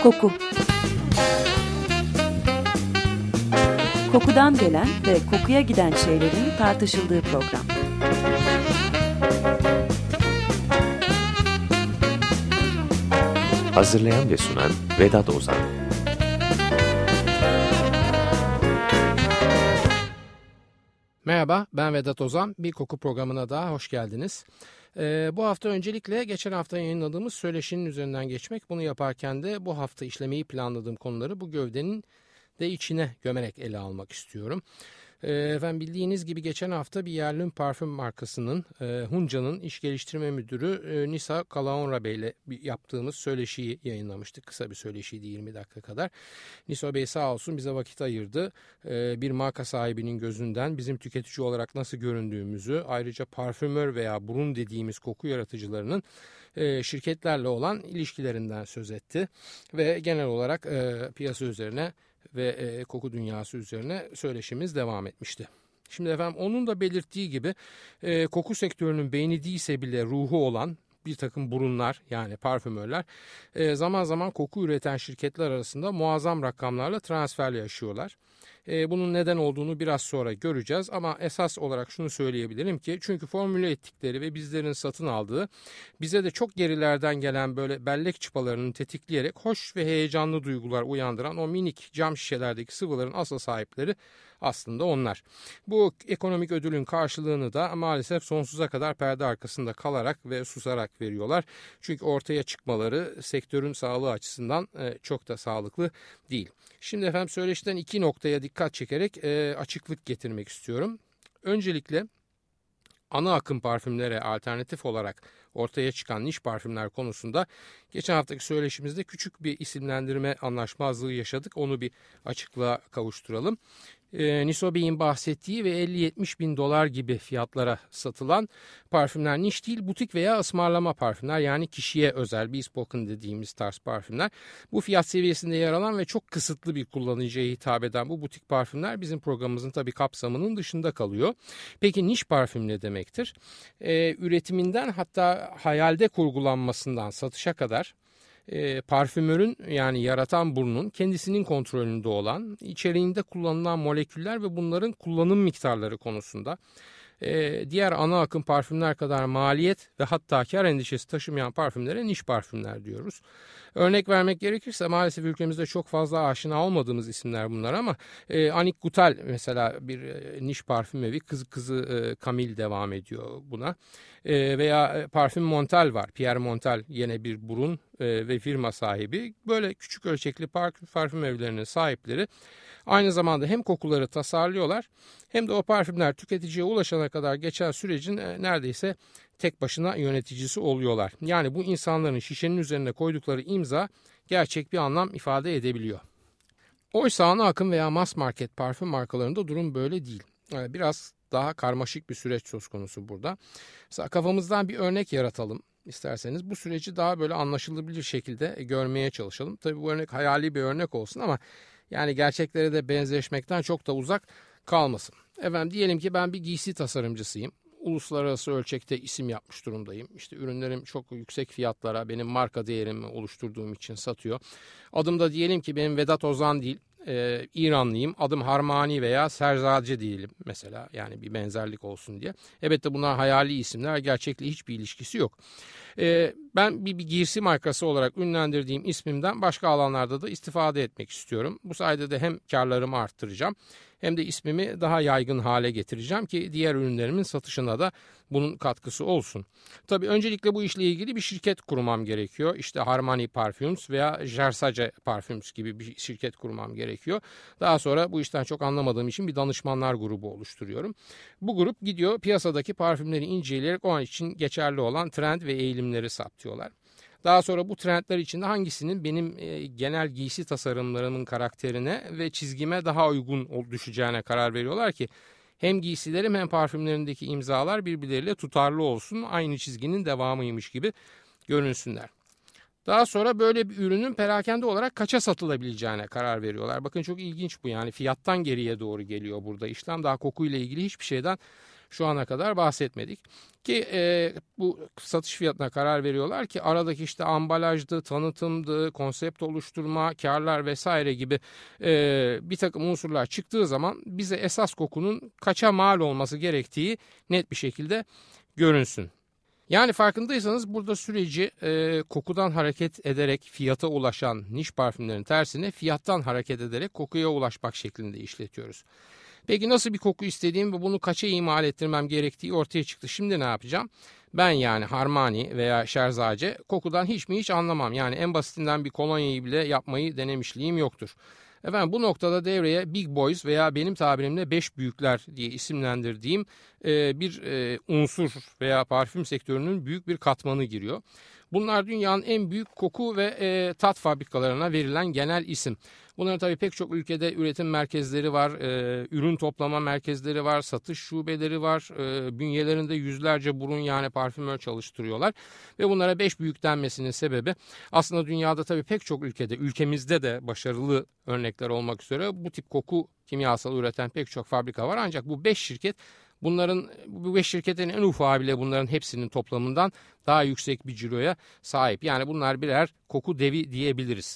Koku. Kokudan gelen ve kokuya giden şeylerin tartışıldığı program. Hazırlayan ve sunan Vedat Ozan. Merhaba, ben Vedat Ozan. Bir koku programına daha hoş geldiniz. Bu hafta öncelikle geçen hafta yayınladığımız söyleşinin üzerinden geçmek. Bunu yaparken de bu hafta işlemeyi planladığım konuları bu gövdenin de içine gömerek ele almak istiyorum. Efendim bildiğiniz gibi geçen hafta bir yerli parfüm markasının Hunca'nın iş geliştirme müdürü Nisa Kalaonra Bey ile yaptığımız söyleşiyi yayınlamıştık. Kısa bir söyleşiydi, 20 dakika kadar. Nisa Bey sağ olsun bize vakit ayırdı. Bir marka sahibinin gözünden bizim tüketici olarak nasıl göründüğümüzü, ayrıca parfümör veya burun dediğimiz koku yaratıcılarının şirketlerle olan ilişkilerinden söz etti. Ve genel olarak piyasa üzerine ve koku dünyası üzerine söyleşimiz devam etmişti. Şimdi efendim onun da belirttiği gibi koku sektörünün beyni değilse bile ruhu olan bir takım burunlar, yani parfümörler zaman zaman koku üreten şirketler arasında muazzam rakamlarla transfer yaşıyorlar. Bunun neden olduğunu biraz sonra göreceğiz ama esas olarak şunu söyleyebilirim ki çünkü formüle ettikleri ve bizlerin satın aldığı bize de çok gerilerden gelen böyle bellek çıpalarını tetikleyerek hoş ve heyecanlı duygular uyandıran o minik cam şişelerdeki sıvıların asıl sahipleri aslında onlar. Bu ekonomik ödülün karşılığını da maalesef sonsuza kadar perde arkasında kalarak ve susarak veriyorlar. Çünkü ortaya çıkmaları sektörün sağlığı açısından çok da sağlıklı değil. Şimdi efendim söyleşiden iki noktaya dikkat çekerek açıklık getirmek istiyorum. Öncelikle ana akım parfümlere alternatif olarak ortaya çıkan niş parfümler konusunda geçen haftaki söyleşimizde küçük bir isimlendirme anlaşmazlığı yaşadık. Onu bir açıklığa kavuşturalım. Nisa Bey'in bahsettiği ve 50-70 bin dolar gibi fiyatlara satılan parfümler niş değil, butik veya ısmarlama parfümler, yani kişiye özel bespoken dediğimiz tarz parfümler. Bu fiyat seviyesinde yer alan ve çok kısıtlı bir kullanıcıya hitap eden bu butik parfümler bizim programımızın tabii kapsamının dışında kalıyor. Peki niş parfüm ne demektir? Üretiminden hatta hayalde kurgulanmasından satışa kadar parfümörün, yani yaratan burnun kendisinin kontrolünde olan, içeriğinde kullanılan moleküller ve bunların kullanım miktarları konusunda diğer ana akım parfümler kadar maliyet ve hatta kar endişesi taşımayan parfümlere niş parfümler diyoruz. Örnek vermek gerekirse maalesef ülkemizde çok fazla aşina olmadığımız isimler bunlar ama Annick Goutal mesela bir niş parfüm evi, kızı Camille devam ediyor buna. Veya Parfüm Montal var. Pierre Montal yine bir burun ve firma sahibi. Böyle küçük ölçekli parfüm evlerinin sahipleri aynı zamanda hem kokuları tasarlıyorlar hem de o parfümler tüketiciye ulaşana kadar geçen sürecin neredeyse tek başına yöneticisi oluyorlar. Yani bu insanların şişenin üzerine koydukları imza gerçek bir anlam ifade edebiliyor. Oysa ana akım veya mass market parfüm markalarında durum böyle değil. Biraz daha karmaşık bir süreç söz konusu burada. Mesela kafamızdan bir örnek yaratalım isterseniz. Bu süreci daha böyle anlaşılabilir şekilde görmeye çalışalım. Tabii bu örnek hayali bir örnek olsun ama yani gerçeklere de benzeşmekten çok da uzak kalmasın. Efendim diyelim ki ben bir giysi tasarımcısıyım. Uluslararası ölçekte isim yapmış durumdayım. İşte ürünlerim çok yüksek fiyatlara benim marka değerimi oluşturduğum için satıyor. Adım da diyelim ki benim Vedat Ozan değil, İranlıyım. Adım Harmani veya Serzace diyelim mesela, yani bir benzerlik olsun diye. Elbette bunlar hayali isimler, gerçekle hiçbir ilişkisi yok. Ben bir giysi markası olarak ünlendirdiğim ismimden başka alanlarda da istifade etmek istiyorum. Bu sayede de hem karlarımı arttıracağım hem de ismimi daha yaygın hale getireceğim ki diğer ürünlerimin satışına da bunun katkısı olsun. Tabii öncelikle bu işle ilgili bir şirket kurmam gerekiyor. İşte Harmani Parfums veya Versace Parfums gibi bir şirket kurmam gerekiyor. Daha sonra bu işten çok anlamadığım için bir danışmanlar grubu oluşturuyorum. Bu grup gidiyor piyasadaki parfümleri inceleyerek o an için geçerli olan trend ve eğilimleri saptıyorlar. Daha sonra bu trendler içinde hangisinin benim genel giysi tasarımlarımın karakterine ve çizgime daha uygun düşeceğine karar veriyorlar ki hem giysilerim hem parfümlerindeki imzalar birbirleriyle tutarlı olsun, aynı çizginin devamıymış gibi görünsünler. Daha sonra böyle bir ürünün perakende olarak kaça satılabileceğine karar veriyorlar. Bakın çok ilginç bu, yani fiyattan geriye doğru geliyor burada işlem. Daha kokuyla ilgili hiçbir şeyden şu ana kadar bahsetmedik. Ki bu satış fiyatına karar veriyorlar ki aradaki işte ambalajdı, tanıtımdı, konsept oluşturma, karlar vesaire gibi bir takım unsurlar çıktığı zaman bize esas kokunun kaça mal olması gerektiği net bir şekilde görünsün. Yani farkındaysanız burada süreci kokudan hareket ederek fiyata ulaşan niş parfümlerin tersine fiyattan hareket ederek kokuya ulaşmak şeklinde işletiyoruz. Peki nasıl bir koku istediğim ve bunu kaça imal ettirmem gerektiği ortaya çıktı. Şimdi ne yapacağım? Ben yani Armani veya Scherzage kokudan hiç anlamam. Yani en basitinden bir kolonyayı bile yapmayı denemişliğim yoktur. Efendim bu noktada devreye Big Boys veya benim tabirimle 5 büyükler diye isimlendirdiğim bir unsur veya parfüm sektörünün büyük bir katmanı giriyor. Bunlar dünyanın en büyük koku ve tat fabrikalarına verilen genel isim. Bunların tabii pek çok ülkede üretim merkezleri var, ürün toplama merkezleri var, satış şubeleri var, bünyelerinde yüzlerce burun yani parfümör çalıştırıyorlar. Ve bunlara 5 büyük denmesinin sebebi aslında dünyada tabii pek çok ülkede, ülkemizde de başarılı örnekler olmak üzere bu tip koku kimyasalı üreten pek çok fabrika var. Ancak bu 5 şirket bu 5 şirketin en ufağı bile bunların hepsinin toplamından daha yüksek bir ciroya sahip. Yani bunlar birer koku devi diyebiliriz.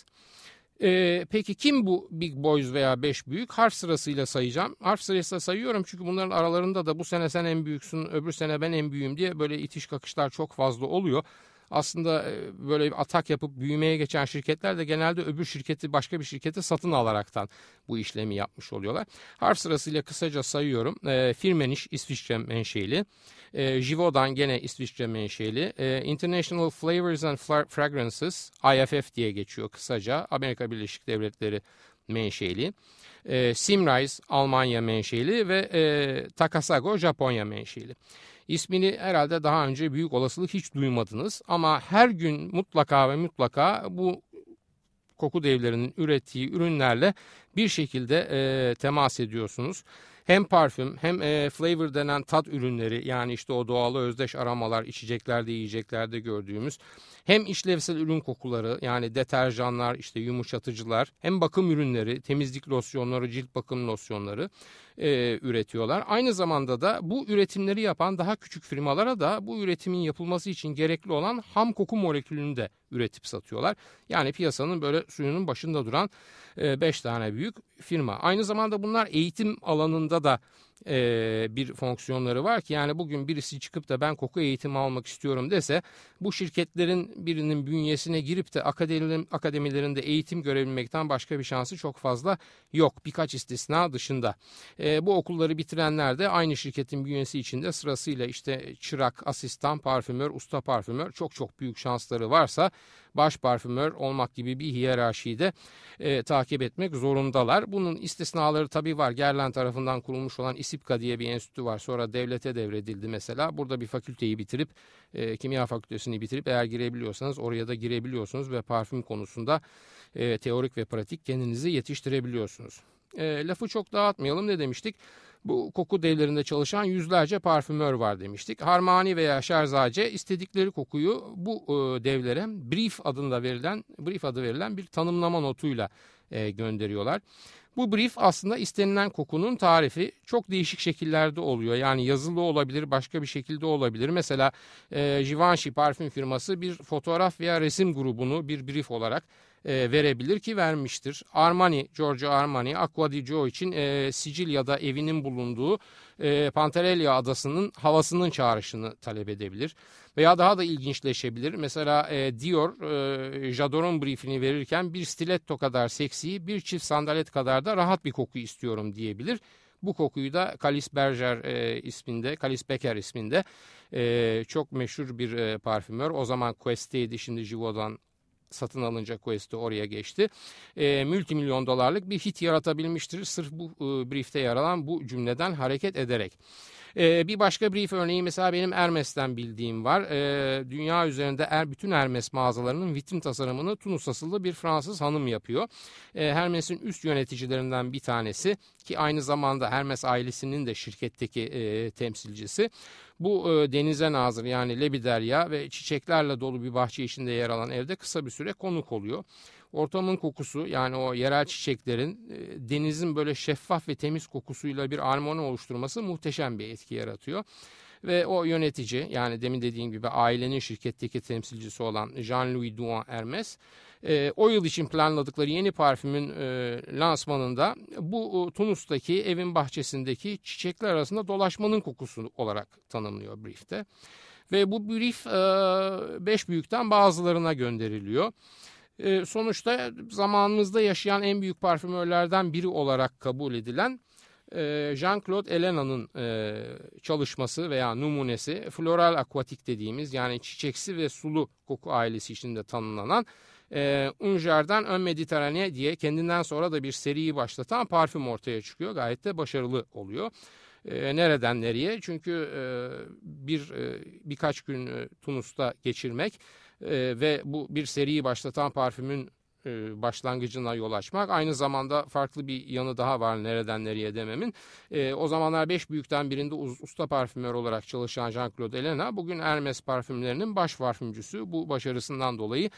Peki kim bu Big Boys veya 5 büyük? Harf sırasıyla sayacağım. Harf sırasıyla sayıyorum çünkü bunların aralarında da bu sene sen en büyüksün, öbür sene ben en büyüğüm diye böyle itiş kakışlar çok fazla oluyor. Aslında böyle bir atak yapıp büyümeye geçen şirketler de genelde öbür şirketi başka bir şirketi satın alaraktan bu işlemi yapmış oluyorlar. Harf sırasıyla kısaca sayıyorum. Firmenich İsviçre menşeli. Givaudan gene İsviçre menşeli. International Flavors and Fragrances IFF diye geçiyor kısaca. Amerika Birleşik Devletleri menşeli. Symrise Almanya menşeli ve Takasago Japonya menşeli. İsmini herhalde daha önce büyük olasılık hiç duymadınız ama her gün mutlaka bu koku devlerinin ürettiği ürünlerle bir şekilde temas ediyorsunuz. Hem parfüm hem flavor denen tat ürünleri yani işte o doğal özdeş aromalar içeceklerde yiyeceklerde gördüğümüz hem işlevsel ürün kokuları yani deterjanlar işte yumuşatıcılar hem bakım ürünleri temizlik losyonları cilt bakım losyonları üretiyorlar. Aynı zamanda da bu üretimleri yapan daha küçük firmalara da bu üretimin yapılması için gerekli olan ham koku molekülünü de üretip satıyorlar. Yani piyasanın böyle suyunun başında duran 5 tane büyük firma. Aynı zamanda bunlar eğitim alanında da bir fonksiyonları var ki yani bugün birisi çıkıp da ben koku eğitimi almak istiyorum dese bu şirketlerin birinin bünyesine girip de akademilerinde eğitim görebilmekten başka bir şansı çok fazla yok birkaç istisna dışında. Bu okulları bitirenler de aynı şirketin bünyesi içinde sırasıyla işte çırak, asistan, parfümör, usta parfümör çok büyük şansları varsa baş parfümör olmak gibi bir hiyerarşiyi de takip etmek zorundalar. Bunun istisnaları tabii var. Guerlain tarafından kurulmuş olan İSİPKA diye bir enstitü var. Sonra devlete devredildi mesela. Burada bir fakülteyi bitirip kimya fakültesini bitirip eğer girebiliyorsanız oraya da girebiliyorsunuz ve parfüm konusunda teorik ve pratik kendinizi yetiştirebiliyorsunuz. Lafı çok dağıtmayalım ne demiştik? Bu koku devlerinde çalışan yüzlerce parfümör var demiştik. Armani veya Scherzage istedikleri kokuyu bu devlere brief adı verilen bir tanımlama notuyla gönderiyorlar. Bu brief aslında istenilen kokunun tarifi çok değişik şekillerde oluyor. Yani yazılı olabilir, başka bir şekilde olabilir. Mesela Givenchy parfüm firması bir fotoğraf veya resim grubunu bir brief olarak verebilir ki vermiştir. Giorgio Armani, Acqua di Gio için Sicilya'da evinin bulunduğu Pantelleria adasının havasının çağrışını talep edebilir. Veya daha da ilginçleşebilir. Mesela Dior, J'ador'un briefini verirken bir stiletto kadar seksi, bir çift sandalet kadar da rahat bir koku istiyorum diyebilir. Bu kokuyu da Calis Becker isminde çok meşhur bir parfümör. O zaman Quest'teydi, şimdi Givaudan satın alınca Quest'i oraya geçti. Multimilyon dolarlık bir hit yaratabilmiştir. Sırf bu briefte yer alan bu cümleden hareket ederek. Bir başka brief örneği mesela benim Hermes'ten bildiğim var. Dünya üzerinde bütün Hermes mağazalarının vitrin tasarımını Tunus asıllı bir Fransız hanım yapıyor. Hermes'in üst yöneticilerinden bir tanesi ki aynı zamanda Hermes ailesinin de şirketteki temsilcisi. Bu denize nazır yani Lebiderya ve çiçeklerle dolu bir bahçe içinde yer alan evde kısa bir süre konuk oluyor. ortamın kokusu, yani o yerel çiçeklerin denizin böyle şeffaf ve temiz kokusuyla bir armoni oluşturması muhteşem bir etki yaratıyor. Ve o yönetici, yani demin dediğim gibi ailenin şirketteki temsilcisi olan Jean-Louis Duan Hermes, o yıl için planladıkları yeni parfümün lansmanında bu Tunus'taki evin bahçesindeki çiçekler arasında dolaşmanın kokusu olarak tanımlıyor briefte. Ve bu brief 5 büyükten bazılarına gönderiliyor. Sonuçta zamanımızda yaşayan en büyük parfümörlerden biri olarak kabul edilen Jean-Claude Ellena'nın çalışması veya numunesi, floral aquatik dediğimiz, yani çiçeksi ve sulu koku ailesi içinde tanımlanan Un Jardin Un Méditerranée diye kendinden sonra da bir seriyi başlatan parfüm ortaya çıkıyor. Gayet de başarılı oluyor. Nereden nereye? Çünkü birkaç gün Tunus'ta geçirmek ve bu bir seriyi başlatan parfümün başlangıcına yol açmak. Aynı zamanda farklı bir yanı daha var nereden nereye dememin. O zamanlar 5 büyükten birinde usta parfümör olarak çalışan Jean-Claude Ellena bugün Hermes parfümlerinin baş parfümcüsü. Bu başarısından dolayı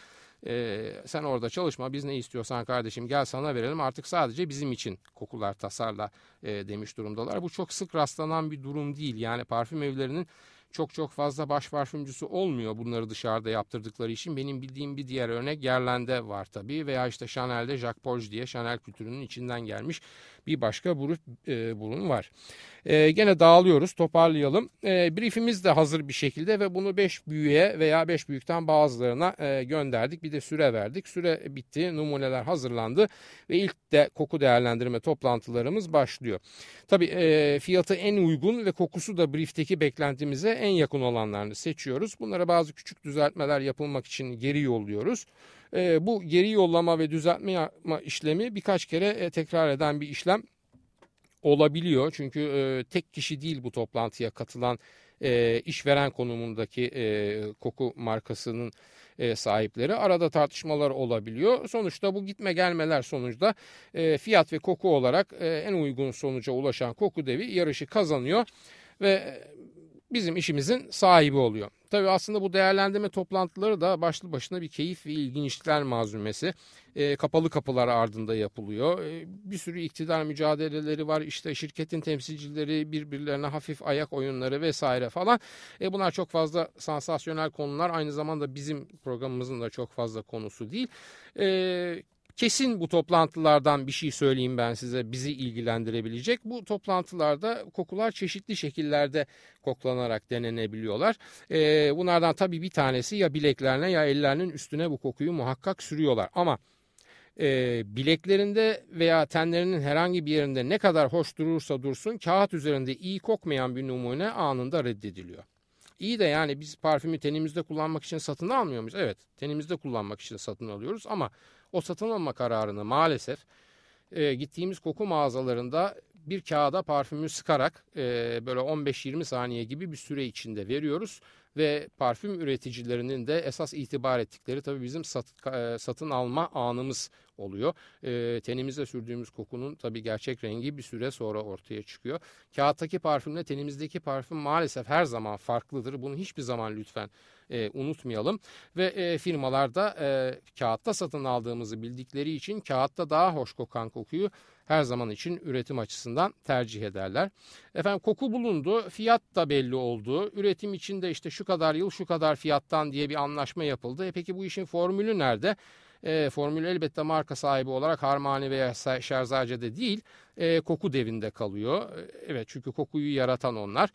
sen orada çalışma, biz ne istiyorsan kardeşim gel sana verelim, artık sadece bizim için kokular tasarla demiş durumdalar. Bu çok sık rastlanan bir durum değil. Yani parfüm evlerinin çok fazla baş parfümcüsü olmuyor bunları dışarıda yaptırdıkları için. Benim bildiğim bir diğer örnek Guerlain'de var tabii, veya işte Chanel'de Jacques Polge diye Chanel kültürünün içinden gelmiş bir başka burun var. Gene dağılıyoruz, toparlayalım. Briefimiz de hazır bir şekilde ve bunu 5 büyüğe veya 5 büyükten bazılarına gönderdik. Bir de süre verdik. Süre bitti, numuneler hazırlandı ve ilk de koku değerlendirme toplantılarımız başlıyor. Tabii fiyatı en uygun ve kokusu da briefteki beklentimize en yakın olanlarını seçiyoruz. Bunlara bazı küçük düzeltmeler yapılmak için geri yolluyoruz. Bu geri yollama ve düzeltme yapma işlemi birkaç kere tekrar eden bir işlem olabiliyor. Çünkü tek kişi değil bu toplantıya katılan işveren konumundaki koku markasının sahipleri. Arada tartışmalar olabiliyor. Sonuçta bu gitme gelmeler sonucunda fiyat ve koku olarak en uygun sonuca ulaşan koku devi yarışı kazanıyor ve bizim işimizin sahibi oluyor. Tabii aslında bu değerlendirme toplantıları da başlı başına bir keyif ve ilginçlikler malzumesi. Kapalı kapılar ardında yapılıyor. Bir sürü iktidar mücadeleleri var. İşte şirketin temsilcileri birbirlerine hafif ayak oyunları vesaire falan. Bunlar çok fazla sansasyonel konular. Aynı zamanda bizim programımızın da çok fazla konusu değil. Kesin bu toplantılardan bir şey söyleyeyim ben size, bizi ilgilendirebilecek. Bu toplantılarda kokular çeşitli şekillerde koklanarak denenebiliyorlar. Bunlardan tabii bir tanesi ya bileklerine ya ellerinin üstüne bu kokuyu muhakkak sürüyorlar. Ama bileklerinde veya tenlerinin herhangi bir yerinde ne kadar hoş durursa dursun kağıt üzerinde iyi kokmayan bir numune anında reddediliyor. İyi de yani biz parfümü tenimizde kullanmak için satın almıyor muyuz? Evet, tenimizde kullanmak için satın alıyoruz ama o satın alma kararını maalesef gittiğimiz koku mağazalarında bir kağıda parfümü sıkarak böyle 15-20 saniye gibi bir süre içinde veriyoruz. Ve parfüm üreticilerinin de esas itibar ettikleri tabii bizim satın alma anımız oluyor. Tenimize sürdüğümüz kokunun tabii gerçek rengi bir süre sonra ortaya çıkıyor. Kağıttaki parfümle tenimizdeki parfüm maalesef her zaman farklıdır. Bunu hiçbir zaman lütfen unutmayalım. Ve firmalar da kağıtta satın aldığımızı bildikleri için kağıtta daha hoş kokan kokuyu her zaman için üretim açısından tercih ederler. Efendim koku bulundu, fiyat da belli oldu. Üretim için de işte şu kadar yıl şu kadar fiyattan diye bir anlaşma yapıldı. Peki bu işin formülü nerede? Formül elbette marka sahibi olarak Armani veya Şerzace'de değil, koku devinde kalıyor. Evet, çünkü kokuyu yaratan onlar.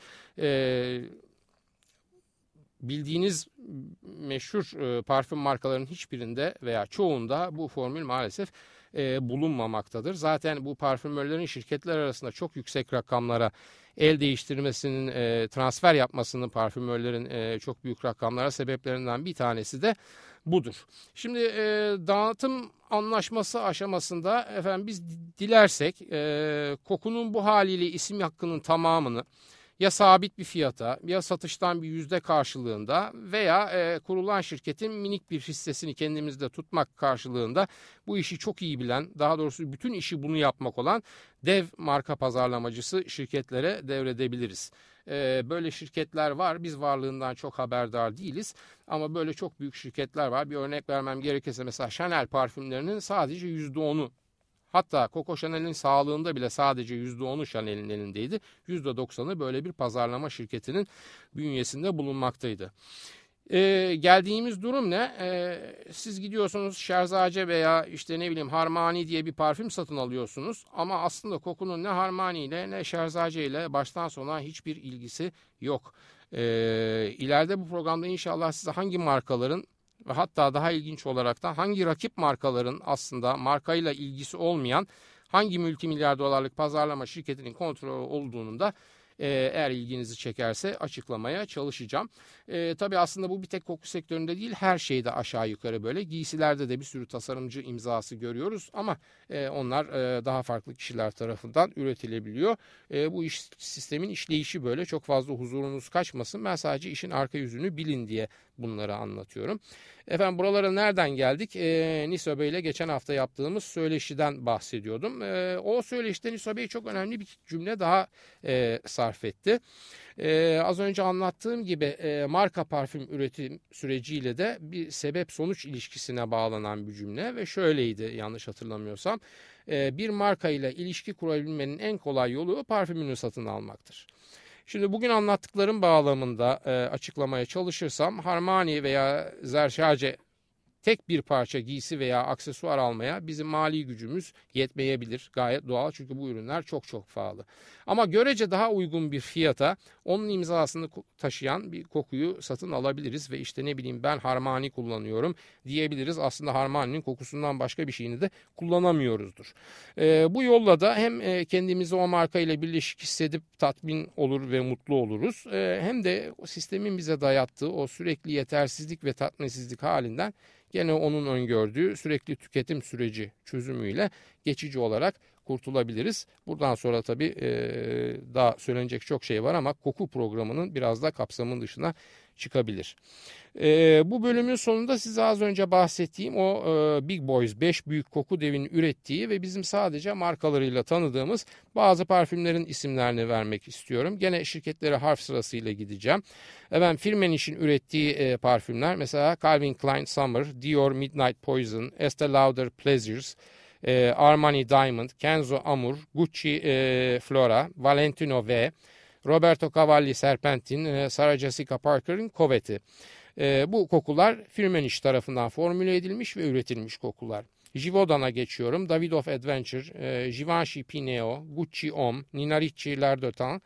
Bildiğiniz meşhur parfüm markalarının hiçbirinde veya çoğunda bu formül maalesef bulunmamaktadır. Zaten bu parfümörlerin şirketler arasında çok yüksek rakamlara el değiştirmesinin, transfer yapmasının parfümörlerin çok büyük rakamlara sebeplerinden bir tanesi de budur. Şimdi dağıtım anlaşması aşamasında efendim biz dilersek kokunun bu haliyle isim hakkının tamamını ya sabit bir fiyata ya satıştan bir yüzde karşılığında veya kurulan şirketin minik bir hissesini kendimizde tutmak karşılığında bu işi çok iyi bilen, daha doğrusu bütün işi bunu yapmak olan dev marka pazarlamacısı şirketlere devredebiliriz. Böyle şirketler var. Biz varlığından çok haberdar değiliz. Ama böyle çok büyük şirketler var. Bir örnek vermem gerekirse mesela Chanel parfümlerinin sadece %10'u, hatta Coco Chanel'in sağlığında bile sadece %10'u Chanel'in elindeydi. %90'ı böyle bir pazarlama şirketinin bünyesinde bulunmaktaydı. Geldiğimiz durum ne? Siz gidiyorsunuz Şerzace veya işte ne bileyim Harmani diye bir parfüm satın alıyorsunuz. Ama aslında kokunun ne Harmani ile ne Şerzace ile baştan sona hiçbir ilgisi yok. İleride bu programda inşallah size hangi markaların ve hatta daha ilginç olarak da hangi rakip markaların aslında markayla ilgisi olmayan hangi multimilyar dolarlık pazarlama şirketinin kontrolü olduğunu da eğer ilginizi çekerse açıklamaya çalışacağım. Tabii aslında bu bir tek koku sektöründe değil, her şeyde aşağı yukarı böyle. Giysilerde de bir sürü tasarımcı imzası görüyoruz ama onlar daha farklı kişiler tarafından üretilebiliyor. Bu sistemin işleyişi böyle, çok fazla huzurunuz kaçmasın. Ben sadece işin arka yüzünü bilin diye bunları anlatıyorum. Efendim buralara nereden geldik? Niso Bey ile geçen hafta yaptığımız söyleşiden bahsediyordum. O söyleşide Niso Bey çok önemli bir cümle daha sarf etti. Az önce anlattığım gibi marka parfüm üretim süreciyle de bir sebep-sonuç ilişkisine bağlanan bir cümle ve şöyleydi yanlış hatırlamıyorsam. Bir marka ile ilişki kurabilmenin en kolay yolu parfümünü satın almaktır. Şimdi bugün anlattıklarım bağlamında açıklamaya çalışırsam Harmani veya Versace tek bir parça giysi veya aksesuar almaya bizim mali gücümüz yetmeyebilir. Gayet doğal çünkü bu ürünler çok çok pahalı. Ama görece daha uygun bir fiyata onun imzasını taşıyan bir kokuyu satın alabiliriz ve işte ne bileyim ben Harmani kullanıyorum diyebiliriz. Aslında Harmani'nin kokusundan başka bir şeyini de kullanamıyoruzdur. Bu yolla da hem kendimizi o marka ile birleşik hissedip tatmin olur ve mutlu oluruz. Hem de o sistemin bize dayattığı o sürekli yetersizlik ve tatminsizlik halinden gene onun öngördüğü sürekli tüketim süreci çözümüyle geçici olarak kurtulabiliriz. Buradan sonra tabii daha söylenecek çok şey var ama koku programının biraz da kapsamın dışına çıkabilir. Bu bölümün sonunda size az önce bahsettiğim o Big Boys 5 büyük koku devinin ürettiği ve bizim sadece markalarıyla tanıdığımız bazı parfümlerin isimlerini vermek istiyorum. Gene şirketlere harf sırasıyla gideceğim. Firmenish'in ürettiği parfümler mesela Calvin Klein Summer, Dior Midnight Poison, Estée Lauder Pleasures, Armani Diamond, Kenzo Amour, Gucci Flora, Valentino V, Roberto Cavalli Serpentin, Sarah Jessica Parker'ın Covet'i. Bu kokular Firmenich tarafından formüle edilmiş ve üretilmiş kokular. Givaudan'a geçiyorum. Davidoff Adventure, Givenchy Pineo, Gucci Homme, Nina Ricci L'Ardotans,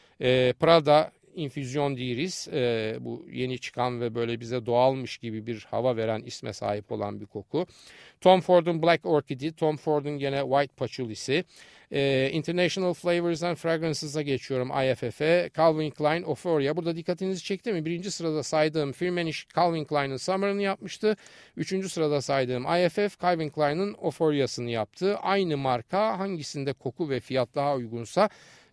Prada Infusion d'Iris, bu yeni çıkan ve böyle bize doğalmış gibi bir hava veren isme sahip olan bir koku. Tom Ford'un Black Orchid'i, Tom Ford'un gene White Patchouli'si. International Flavors and Fragrances'a geçiyorum, IFF'e. Calvin Klein Euphoria. Burada dikkatinizi çekti mi? Birinci sırada saydığım Firmenich Calvin Klein'ın Summer'ını yapmıştı. Üçüncü sırada saydığım IFF Calvin Klein'ın Euphoria'sını yaptı. Aynı marka hangisinde koku ve fiyat daha uygunsa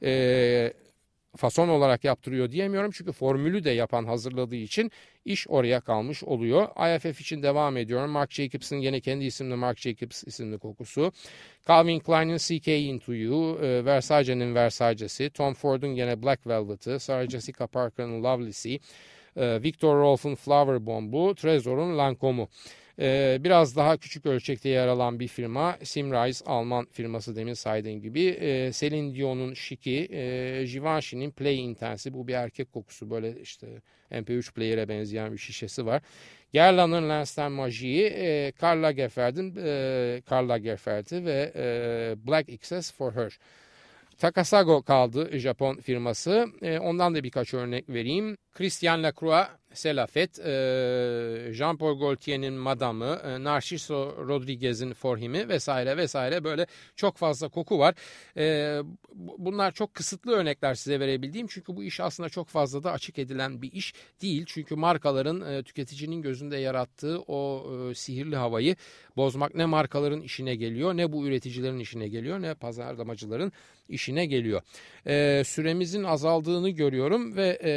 fason olarak yaptırıyor diyemiyorum. Çünkü formülü de yapan hazırladığı için iş oraya kalmış oluyor. IFF için devam ediyorum. Marc Jacobs'ın yine kendi isimli Marc Jacobs isimli kokusu. Calvin Klein'in CK Into You, Versace'nin Versace'si, Tom Ford'un yine Black Velvet'ı, Sarah Jessica Parker'ın Lovely'si, Victor Rolf'un Flower Bomb'u, Tresor'un Lancome'u. Biraz daha küçük ölçekte yer alan bir firma Simrise, Alman firması demin saydığım gibi. Celine Dion'un Chic'i, Givenchy'nin Play Intense'i, bu bir erkek kokusu, böyle işte MP3 player'e benzeyen bir şişesi var. Guerlain'ın L'Instant Magic'i, Karl Lagerfeld'i ve Black XS for Her. Takasago kaldı, Japon firması. Ondan da birkaç örnek vereyim. Christian Lacroix Selafet, Jean-Paul Gaultier'in Madam'ı, Narciso Rodriguez'in For Him'i vesaire vesaire, böyle çok fazla koku var. Bunlar çok kısıtlı örnekler size verebildiğim, çünkü bu iş aslında çok fazla da açık edilen bir iş değil. Çünkü markaların tüketicinin gözünde yarattığı o sihirli havayı bozmak ne markaların işine geliyor, ne bu üreticilerin işine geliyor, ne pazarlamacıların işine geliyor. Süremizin azaldığını görüyorum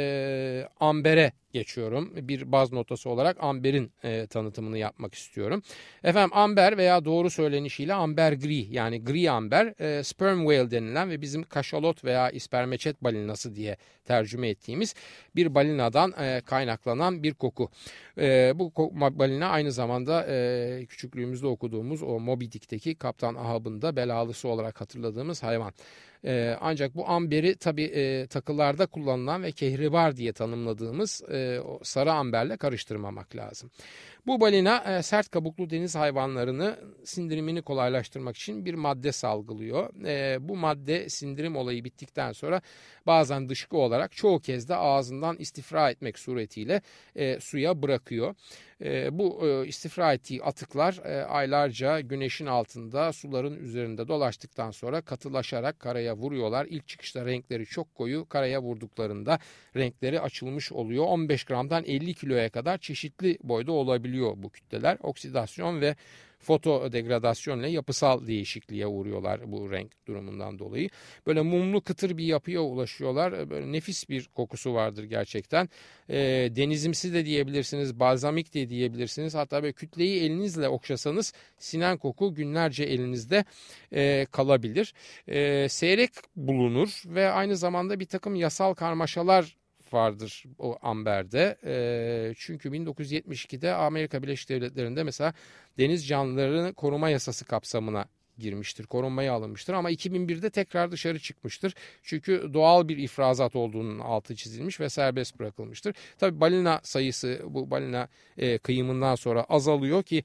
ve amber'e geçiyorum. Bir baz notası olarak amber'in tanıtımını yapmak istiyorum. Efendim, amber veya doğru söylenişiyle ambergris, yani gri amber, sperm whale denilen ve bizim kaşalot veya ispermeçet balinası diye tercüme ettiğimiz bir balinadan kaynaklanan bir koku. Bu balina aynı zamanda küçüklüğümüzde okuduğumuz o Moby Dick'teki Kaptan Ahab'ın da belalısı olarak hatırladığımız hayvan. Ancak bu amberi tabii takılarda kullanılan ve kehribar diye tanımladığımız o sarı amberle karıştırmamak lazım. Bu balina sert kabuklu deniz hayvanlarını sindirimini kolaylaştırmak için bir madde salgılıyor. Bu madde sindirim olayı bittikten sonra bazen dışkı olarak, çoğu kez de ağzından istifra etmek suretiyle suya bırakıyor. Bu istifra ettiği atıklar aylarca güneşin altında suların üzerinde dolaştıktan sonra katılaşarak karaya vuruyorlar. İlk çıkışta renkleri çok koyu, karaya vurduklarında renkleri açılmış oluyor. 15 gramdan 50 kiloya kadar çeşitli boyda olabiliyor bu kütleler. Oksidasyon ve fotodegradasyon ile yapısal değişikliğe uğruyorlar bu renk durumundan dolayı. Böyle mumlu kıtır bir yapıya ulaşıyorlar. Böyle nefis bir kokusu vardır gerçekten. Denizimsi de diyebilirsiniz, balzamik de diyebilirsiniz. Hatta böyle kütleyi elinizle okşasanız sinen koku günlerce elinizde kalabilir. Seyrek bulunur ve aynı zamanda bir takım yasal karmaşalar vardır o amberde. Çünkü 1972'de Amerika Birleşik Devletleri'nde mesela deniz canlılarını koruma yasası kapsamına girmiştir, korunmaya alınmıştır, ama 2001'de tekrar dışarı çıkmıştır. Çünkü doğal bir ifrazat olduğunun altı çizilmiş ve serbest bırakılmıştır. Tabii balina sayısı bu balina kıyımından sonra azalıyor ki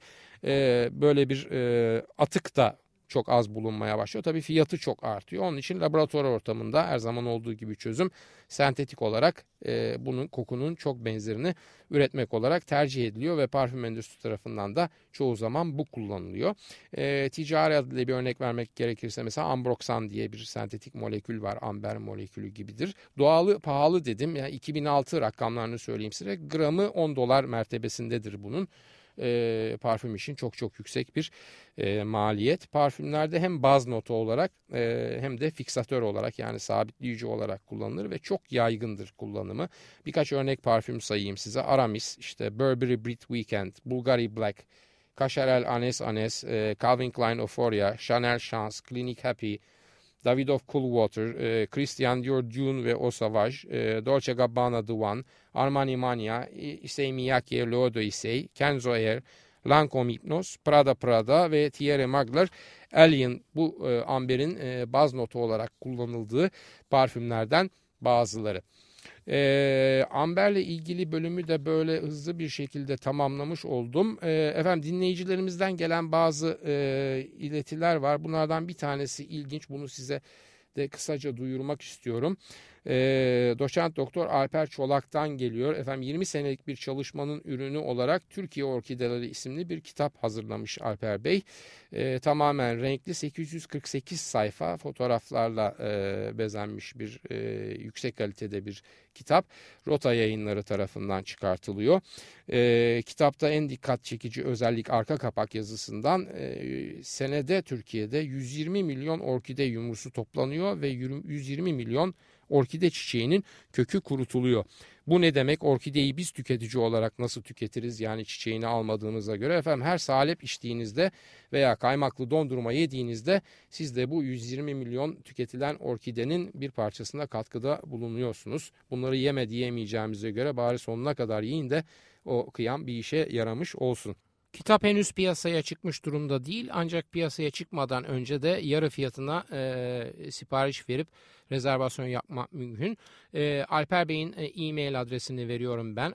böyle bir atık da çok az bulunmaya başlıyor. Tabii fiyatı çok artıyor. Onun için laboratuvar ortamında her zaman olduğu gibi çözüm sentetik olarak bunun kokunun çok benzerini üretmek olarak tercih ediliyor ve parfüm endüstrisi tarafından da çoğu zaman bu kullanılıyor. Ticari adıyla bir örnek vermek gerekirse mesela ambroksan diye bir sentetik molekül var. Amber molekülü gibidir. Doğalı pahalı dedim. Yani 2006 rakamlarını söyleyeyim size. Gramı $10 mertebesindedir bunun. Parfüm için çok çok yüksek bir maliyet. Parfümlerde hem baz notu olarak hem de fiksatör olarak, yani sabitleyici olarak kullanılır ve çok yaygındır kullanımı. Birkaç örnek parfüm sayayım size. Aramis, işte Burberry Brit Weekend, Bulgari Black, Cacharel Anes Anes, Calvin Klein Euphoria, Chanel Chance, Clinique Happy, Davidoff Coolwater, Christian Dior Dune ve Eau Sauvage, Dolce Gabbana The One, Armani Mania, Issey Miyake L'Eau de Issey, Kenzo Air, Lancôme Hypnos, Prada Prada ve Thierry Mugler Alien, bu amberin baz notu olarak kullanıldığı parfümlerden bazıları. Amberle ilgili bölümü de böyle hızlı bir şekilde tamamlamış oldum. Efendim, dinleyicilerimizden gelen bazı iletiler var. Bunlardan bir tanesi ilginç. Bunu size de kısaca duyurmak istiyorum. Doçent Doktor Alper Çolak'tan geliyor. Efendim, 20 senelik bir çalışmanın ürünü olarak Türkiye Orkideleri isimli bir kitap hazırlamış Alper Bey. Tamamen renkli, 848 sayfa fotoğraflarla bezenmiş bir yüksek kalitede bir kitap. Rota Yayınları tarafından çıkartılıyor. Kitapta en dikkat çekici özellik arka kapak yazısından senede Türkiye'de 120 milyon orkide yumrusu toplanıyor ve 120 milyon orkide çiçeğinin kökü kurutuluyor. Bu ne demek? Orkideyi biz tüketici olarak nasıl tüketiriz? Yani çiçeğini almadığınıza göre efendim, her salep içtiğinizde veya kaymaklı dondurma yediğinizde siz de bu 120 milyon tüketilen orkidenin bir parçasına katkıda bulunuyorsunuz. Bunları diyemeyeceğimize göre bari sonuna kadar yiyin de o kıyam bir işe yaramış olsun. Kitap henüz piyasaya çıkmış durumda değil, ancak piyasaya çıkmadan önce de yarı fiyatına sipariş verip rezervasyon yapmak mümkün. Alper Bey'in e-mail adresini veriyorum ben.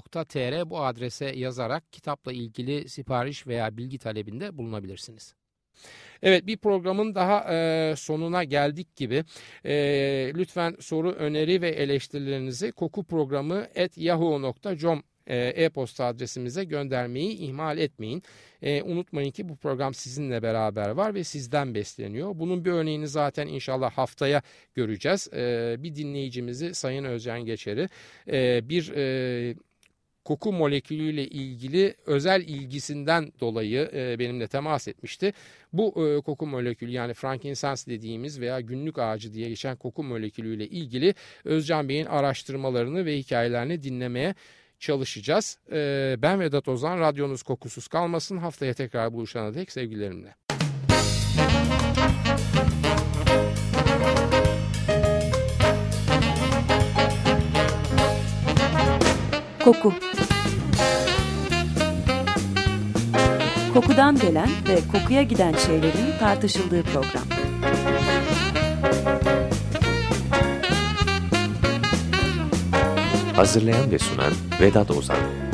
alpere@istanbul.edu.tr, bu adrese yazarak kitapla ilgili sipariş veya bilgi talebinde bulunabilirsiniz. Evet, bir programın daha sonuna geldik gibi. Lütfen soru, öneri ve eleştirilerinizi kokuprogramı@yahoo.com e-posta adresimize göndermeyi ihmal etmeyin. Unutmayın ki bu program sizinle beraber var ve sizden besleniyor. Bunun bir örneğini zaten inşallah haftaya göreceğiz. Bir dinleyicimizi, Sayın Özcan Geçer'i bir koku molekülüyle ilgili özel ilgisinden dolayı benimle temas etmişti. Bu koku molekülü, yani frankincense dediğimiz veya günlük ağacı diye geçen koku molekülüyle ilgili Özcan Bey'in araştırmalarını ve hikayelerini dinlemeye çalışacağız. Ben Vedat Ozan, radyonuz kokusuz kalmasın. Haftaya tekrar buluşana dek sevgilerimle. Koku. Kokudan gelen ve kokuya giden şeylerin tartışıldığı program. Hazırlayan ve sunan Vedat Ozan.